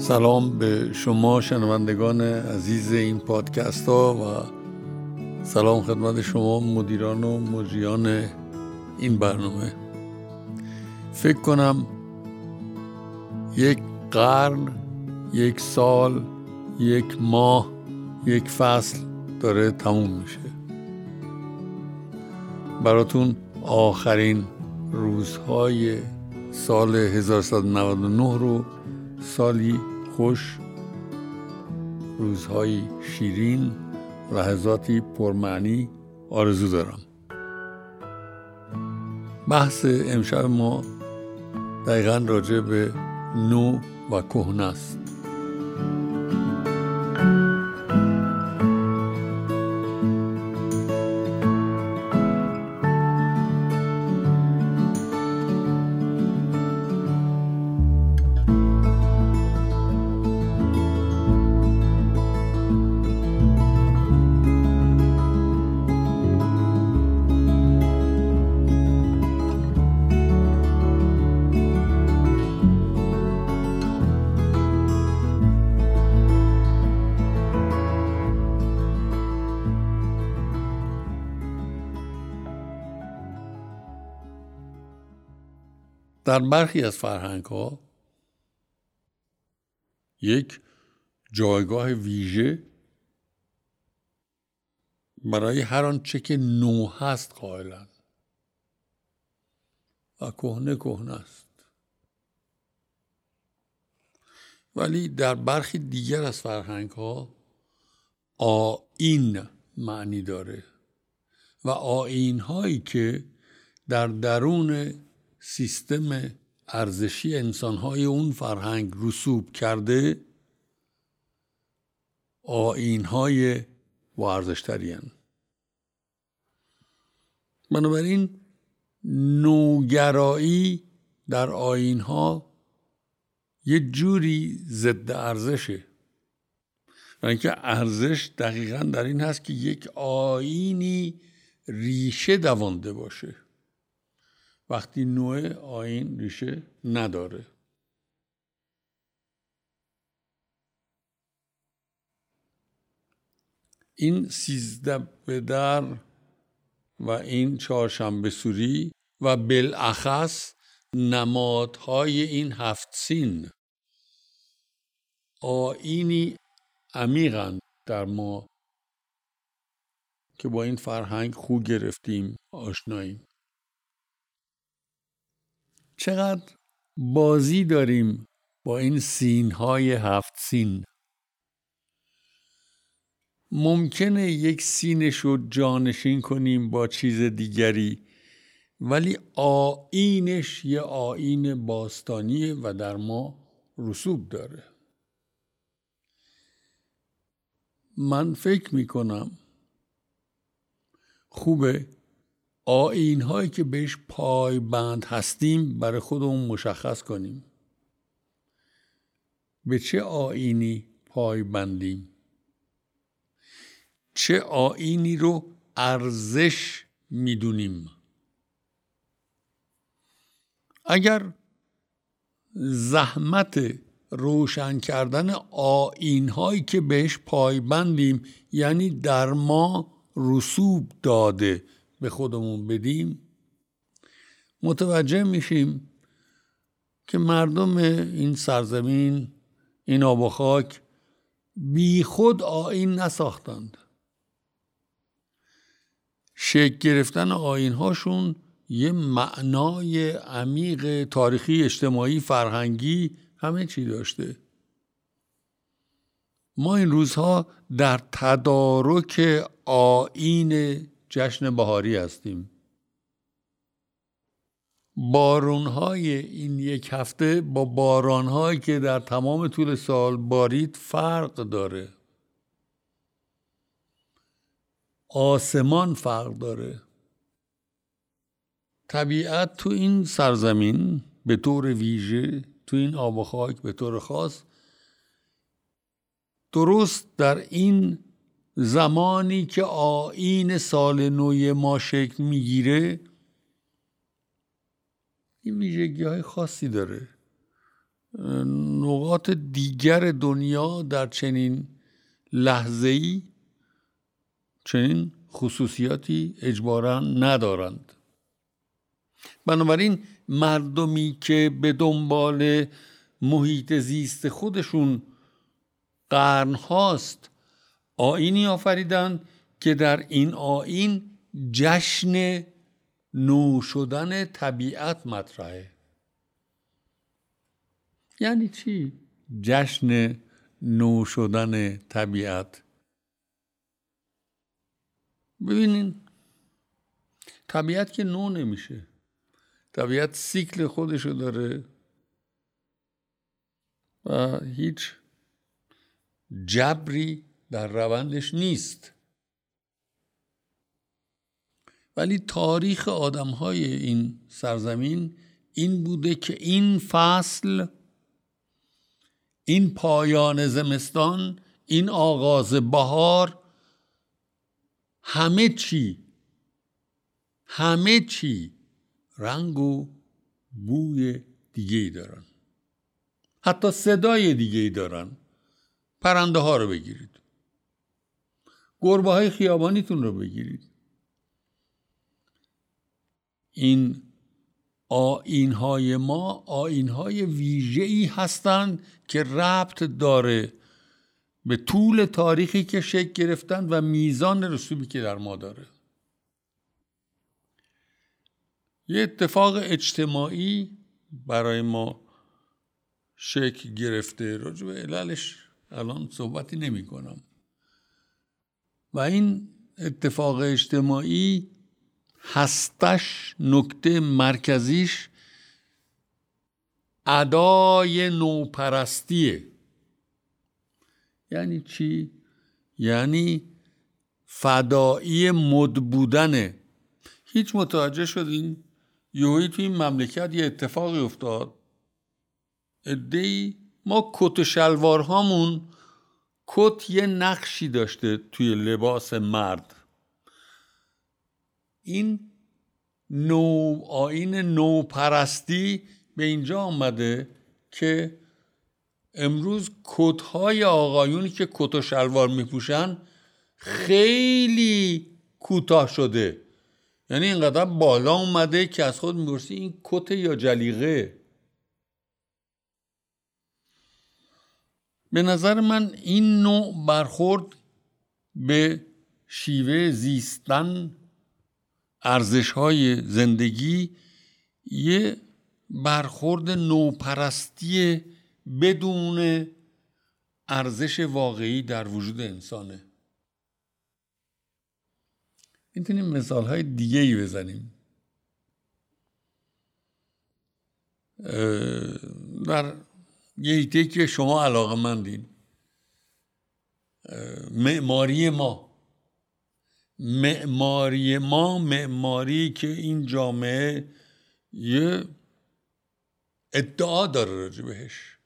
سلام به شما شنوندگان عزیز این پادکست ها و سلام خدمت شما مدیران و مجریان این برنامه. فکر کنم یک قرن، یک سال، یک ماه، یک فصل داره تموم میشه. براتون آخرین روزهای سال 1399 رو سالی خوش، روزهای شیرین، لحظاتی پرمعنی آرزو دارم. بحث امشب ما دقیقاً راجع به نو و کهنه است. در برخی از فرهنگ‌ها یک جایگاه ویژه برای هر آنچه که نو هست قائلند و کهنه است. ولی در برخی دیگر از فرهنگ‌ها آیین معنی داره و آیین‌هایی که در درون سیستم ارزشی انسان‌های اون فرهنگ رسوب کرده آیین‌های با ارزش‌تری هستند. بنابراین نوگرایی در آیین‌ها یه جوری ضد ارزشه. و اینکه ارزش دقیقاً در این هست که یک آیینی ریشه دوانده باشه، وقتی نوع آیین ریشه نداره. این 13 بدر و این چهارشنبه سوری و بالاخص نمادهای این 7 سین آیینی عمیقاً در ما که با این فرهنگ خو گرفتیم، آشناییم. چقدر بازی داریم با این سین‌های 7 سین. ممکنه یک سینش رو جانشین کنیم با چیز دیگری، ولی آیینش یه آیین باستانیه و در ما رسوب داره. من فکر میکنم خوبه آیین‌هایی که بهش پایبند هستیم برای خودمون مشخص کنیم. به چه آیینی پایبندیم؟ چه آیینی رو ارزش میدونیم؟ اگر زحمت روشن کردن آیین‌هایی که بهش پایبندیم، یعنی در ما رسوب داده، به خودمون بدیم، متوجه میشیم که مردم این سرزمین، این آب و خاک، بی خود آیین نساختند. شکل گرفتن آیین‌هاشون یه معنای عمیق تاریخی، اجتماعی، فرهنگی، همه چی داشته. ما این روزها در تدارک آیین جشن بهاری هستیم. بارون‌های این یک هفته با باران‌هایی که در تمام طول سال بارید فرق داره. آسمان فرق داره. طبیعت تو این سرزمین به طور ویژه، تو این آب و خاک به طور خاص، درست در این زمانی که آیین سال نو ما شکل میگیره، این ویژگی‌های خاصی داره. نقاط دیگر دنیا در چنین لحظه‌ای چنین خصوصیاتی اجباراً ندارند. بنابراین مردمی که به دنبال محیط زیست خودشون قرن هاست آیینی آفریدن که در این آیین جشن نو شدن طبیعت مطرحه. یعنی چی؟ جشن نو شدن طبیعت. ببینین طبیعت که نو نمیشه، طبیعت سیکل خودشو داره و هیچ جبری در روندش نیست. ولی تاریخ آدم‌های این سرزمین این بوده که این فصل، این پایان زمستان، این آغاز بهار، همه چی رنگ و بوی دیگه‌ای دارن، حتی صدای دیگه‌ای دارن. پرنده ها رو بگیرید، گربه های خیابانیتون رو بگیرید. این آیین‌های ما آیین‌های ویژه‌ای هستند که ربط داره به طول تاریخی که شکل گرفتن و میزان رسوبی که در ما داره. یه اتفاق اجتماعی برای ما شکل گرفته، راجع به عللش الان صحبتی نمی کنم. و این اتفاق اجتماعی هستش، نکته مرکزیش ادای نوپرستیه. یعنی چی؟ یعنی فدایی مد بودنه. هیچ متوجه شدین؟ یهویی توی این مملکت یه اتفاقی افتاد. عده‌ای ما کت و شلوارهامون کت یه نقشی داشته توی لباس مرد. این آیین نوپرستی به اینجا آمده که امروز کت‌های آقایونی که کت و شلوار میپوشن خیلی کوتاه شده. یعنی اینقدر بالا اومده که از خود میپرسی این کت یا جلیقه. به نظر من این نوع برخورد به شیوه زیستن، ارزش‌های زندگی، یه برخورد نوپرستی بدون ارزش واقعی در وجود انسانه. میتونیم مثال‌های دیگه‌ای بزنیم. در یه حیطه‌ای که شما علاقه‌مندین، معماری که این جامعه یه ادعا داره راجع بهش.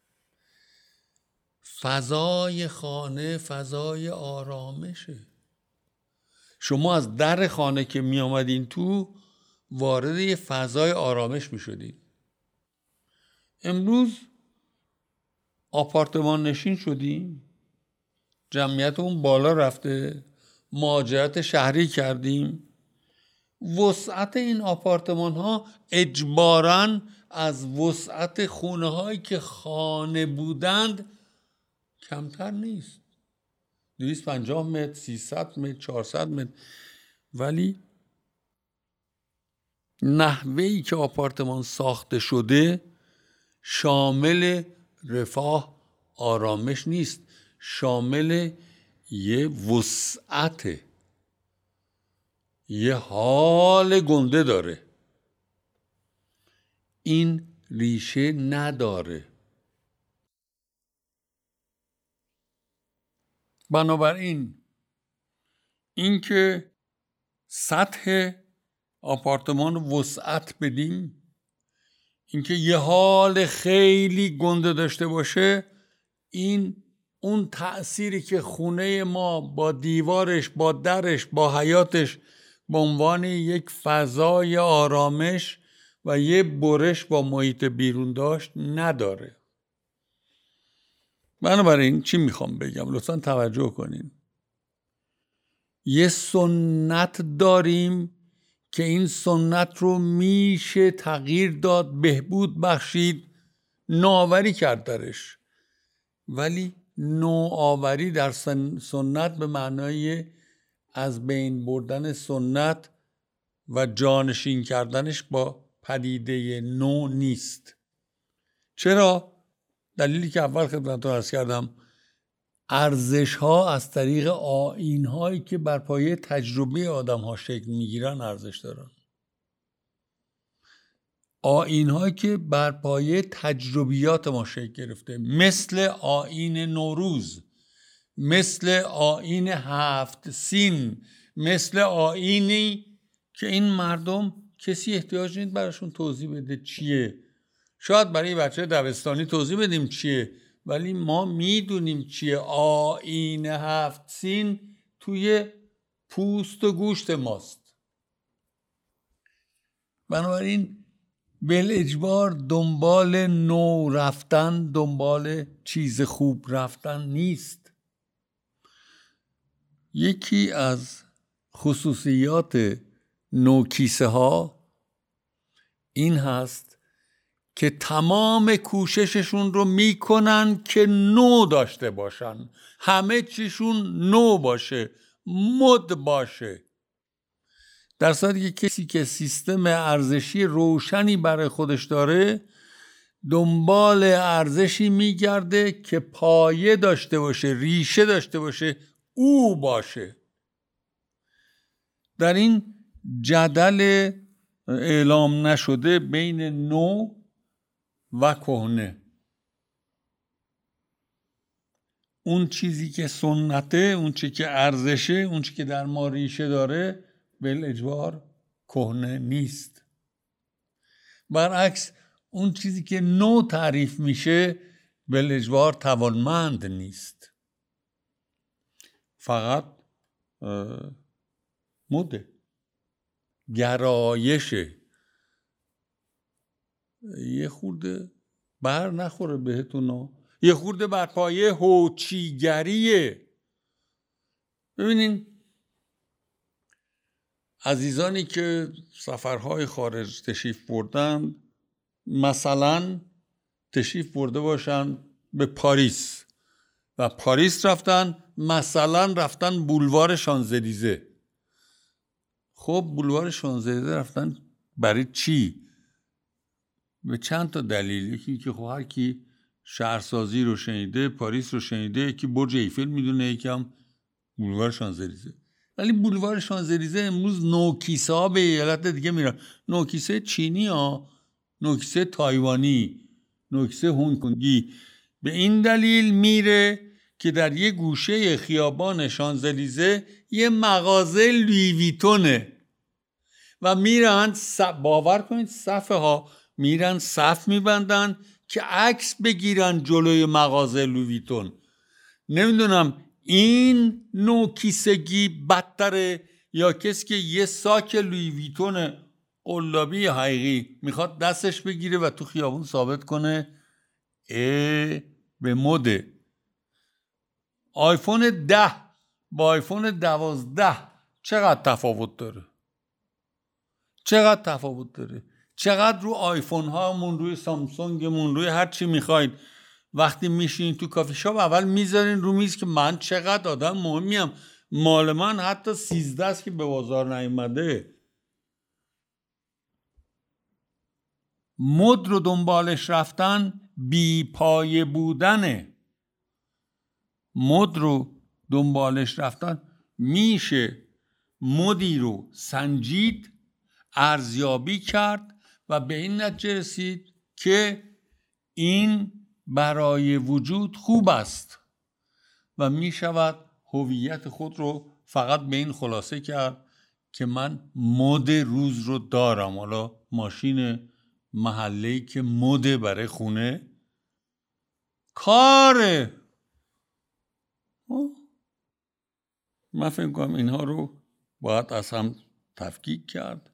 فضای خانه فضای آرامشه. شما از در خانه که می آمدین تو وارد یه فضای آرامش می شدین. امروز آپارتمان نشین شدیم، جمعیت اون بالا رفته، مهاجرت شهری کردیم. وسعت این آپارتمان ها اجباراً از وسعت خونه هایی که خانه بودند کمتر نیست. 250 متر، 300 متر، 400 متر. ولی نحوهی که آپارتمان ساخته شده شامل رفاه، آرامش نیست، شامل یه وسعت، یه حال گنده داره. این ریشه نداره. بنابراین اینکه سطح آپارتمان وسعت بدیم، اینکه یه حال خیلی گنده داشته باشه، این اون تأثیری که خونه ما با دیوارش، با درش، با حیاتش به عنوان یک فضای آرامش و یه برش با محیط بیرون داشت نداره. بنابراین چی میخوام بگم؟ لطفا توجه کنین. یه سنت داریم که این سنت رو میشه تغییر داد، بهبود بخشید، نوآوری کرد درش. ولی نوآوری در سنت به معنای از بین بردن سنت و جانشین کردنش با پدیده نو نیست. چرا؟ دلیلی که اول خدمتتون عرض کردم، ارزش ها از طریق آیین هایی که بر پایه تجربه آدم ها شکل میگیرن ارزش دارن. آیین هایی که بر پایه تجربیات ما شکل گرفته، مثل آیین نوروز، مثل آیین 7 سین، مثل آیینی که این مردم کسی احتیاج نیست براشون توضیح بده چیه. شاید برای بچه دبستانی توضیح بدیم چیه، ولی ما میدونیم چیه. آیین 7 سین توی پوست و گوشت ماست. بنابراین بالاجبار دنبال نو رفتن، دنبال چیز خوب رفتن نیست. یکی از خصوصیات نوکیسه ها این هست که تمام کوشششون رو میکنن که نو داشته باشن، همه چیشون نو باشه، مد باشه. در صورتی که کسی که سیستم ارزشی روشنی برای خودش داره دنبال ارزشی میگرده که پایه داشته باشه، ریشه داشته باشه، او باشه. در این جدل اعلام نشده بین نو و کهنه، اون چیزی که سنته، اون چیزی که ارزشه، اون چیزی که در ما ریشه داره بالاجبار کهنه نیست. برعکس اون چیزی که نو تعریف میشه بالاجبار توانمند نیست، فقط مده، گرایشه. یه خورده بر نخوره بهتون، یه خورده بر پایه هوچیگریه. ببینین عزیزانی که سفرهای خارج تشریف بردن، مثلا تشریف برده باشن به پاریس و پاریس رفتن، مثلا رفتن بولوار شانزلیزه. خب بولوار شانزلیزه رفتن برای چی؟ به چند تا دلیل. یکی که خب هر کی شهرسازی رو شنیده، پاریس رو شنیده، یکی برج ایفل میدونه، یکی هم بولوار شانزلیزه. ولی بولوار شانزلیزه امروز نوکیسه ها به ایالت دیگه میرن، نوکیسه چینی ها، نوکیسه تایوانی، نوکیسه هنگ کنگی. به این دلیل میره که در یه گوشه خیابان شانزلیزه یه مغازه لویی ویتونه و میرن باور کنید صفحه ها میرن صف میبندن که عکس بگیرن جلوی مغازه لویی ویتون. نمیدونم این نوکیسگی بدتره یا کسی که یه ساک لویی ویتون قلابی حقیقی میخواد دستش بگیره و تو خیابون ثابت کنه به مده. آیفون 10 با آیفون 12 چقدر تفاوت داره؟ چقدر تفاوت داره؟ چقدر رو آیفون هامون، روی سامسونگمون، روی هر چی میخواید وقتی میشین تو کافی شاپ اول میذارین رو میز که من چقدر آدم مهمیم، مال من حتی 13 است که به بازار نیومده. مد رو دنبالش رفتن بی پایه بودنه. مد رو دنبالش رفتن میشه مدی رو سنجید، ارزیابی کرد و به این نتیجه رسید که این برای وجود خوب است و می شود هویت خود رو فقط به این خلاصه کرد که من مد روز رو دارم. حالا ماشین محله‌ای که مد برای خونه کاره. من فکر کنم اینها رو باید از هم تفکیک کرد.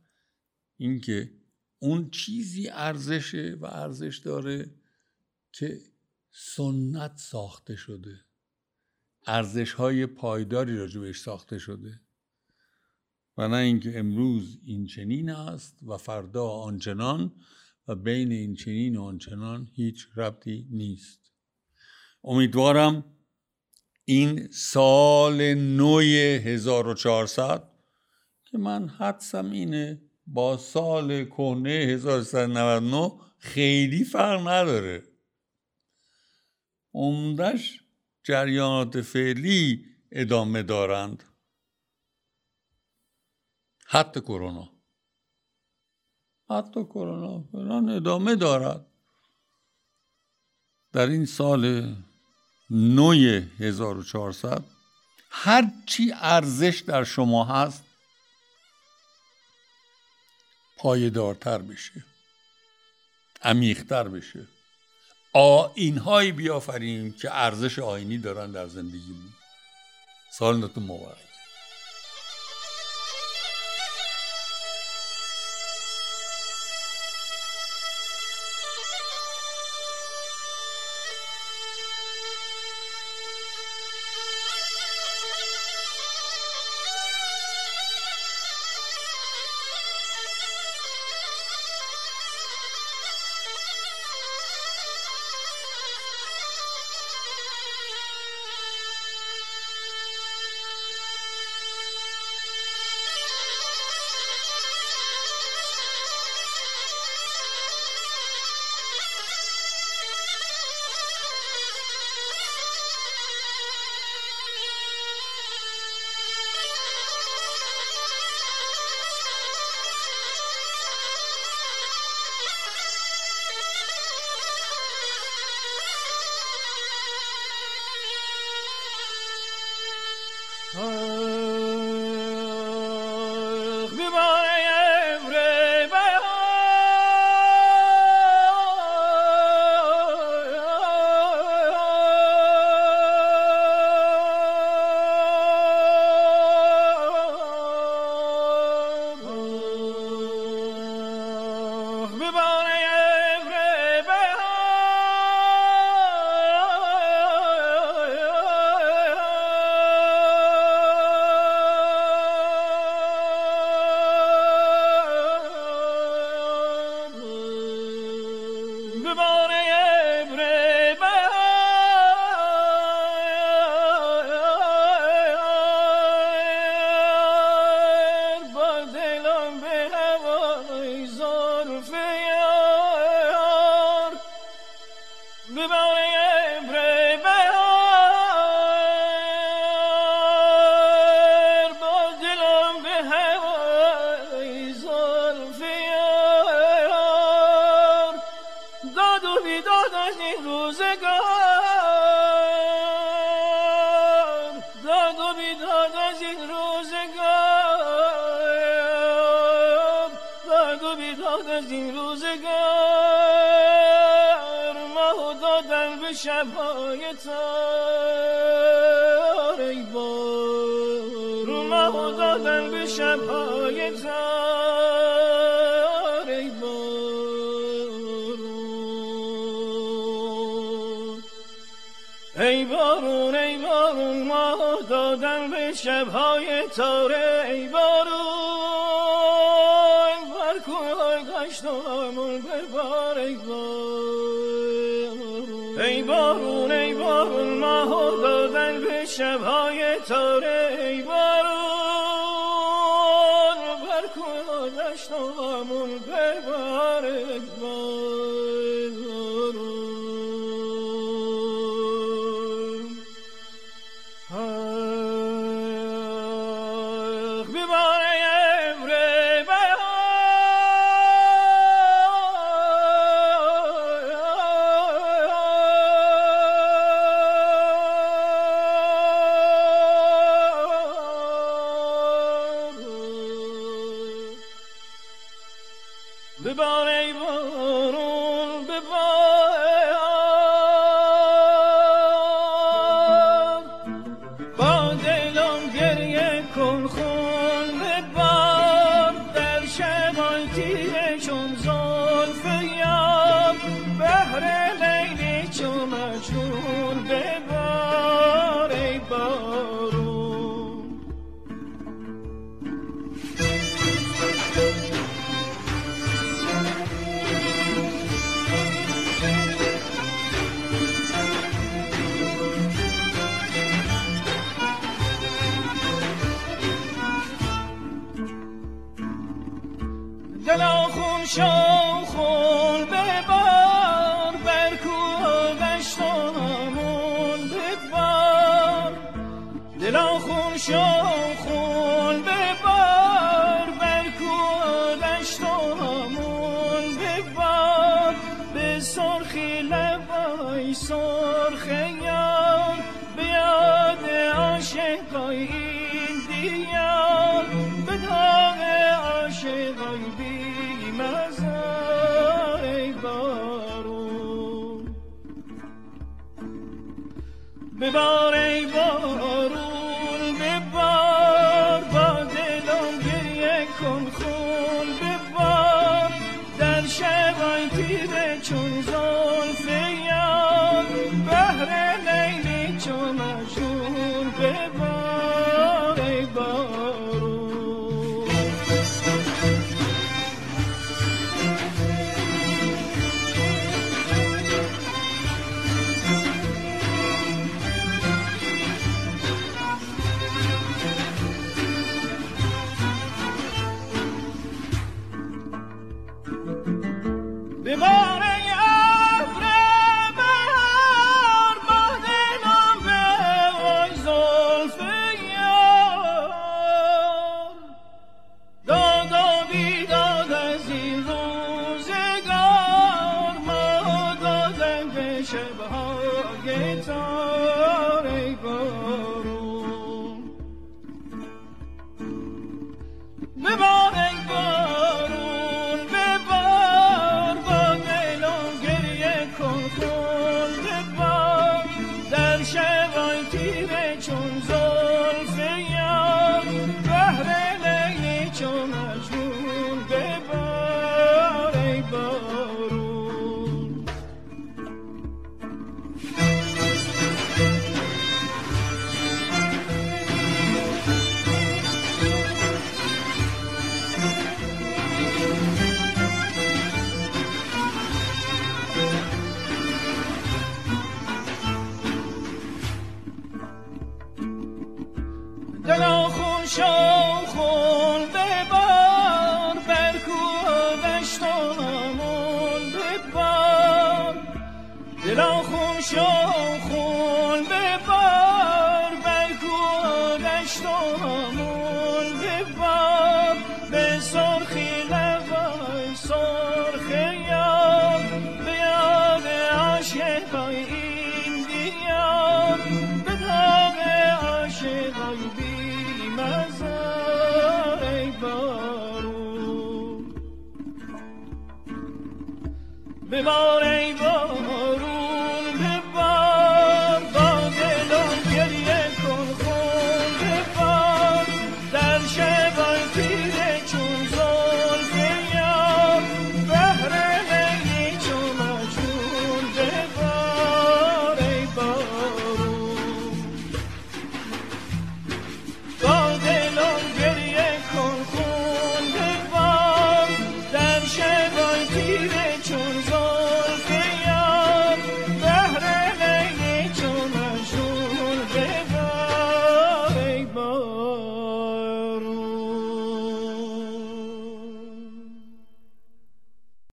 اینکه اون چیزی ارزشه و ارزش داره که سنت ساخته شده، ارزش‌های پایداری راجع بهش ساخته شده و نه اینکه امروز این چنین است و فردا آنچنان و بین این چنین و آنچنان هیچ ربطی نیست. امیدوارم این سال نو 1400 که من حدسم اینه با سال کهنه 1399 خیلی فرق نداره، عمدش جریانات فعلی ادامه دارند، حتی کرونا فعلا ادامه دارد. در این سال نو 1400 هر چی ارزش در شما هست پایدارتر بشه، عمیق‌تر بشه، آیین‌هایی بیافریم که ارزش آیینی دارن در زندگیمون. سال نوتون مبارک. شب‌های تار ای بار رو دادن به شب‌های تار ای بارون ای بارون ای بارون ما دادن به شب‌های تار ای بارون بر کوه دشتمون ببار ای بارون ای بارون ای بارون ما دادن به شب‌های تاره ای بارون بر کوه دشتمون ببار ای بارون ببار امره ببار ای بارون ببار با دلم گریه کن خون ببار در شبان تیره چون زلف یار بهر لیلی چون دلا خون شو خون ببار بر کوه دشتامون ببار دلا خون شو خون ببار بر کوه دشتامون ببار به سرخی لبای سرخ یار بیاد عاشقای این دیار به داغ عاشقای بی مزه ای بارون ببار ای بارون ببار با دلم گریه کن خون ببار در شبای تیره چون زلف یار بهر لیلی چون مجنون ببار ای بارون ببار ای ابر بهار با دلم بوای زلف یار داد و بیداد از این روزگار ما دادن به شبهای تار ای بارون ببار ای بارون ببار با دلم گریه کن خون ببار در شبای تیره چون زلف یار بهر لیلی چون مجنون ببار ای بارون دلا خون شو خون ببار بر کوه دشتامون ببار دلا خون شو خون ببار بر کوه دشتامون ببار به سرخی لبای سرخ یار به یاد عاشقای این دیار به داغ عاشقای بی مزه ای بارون ببار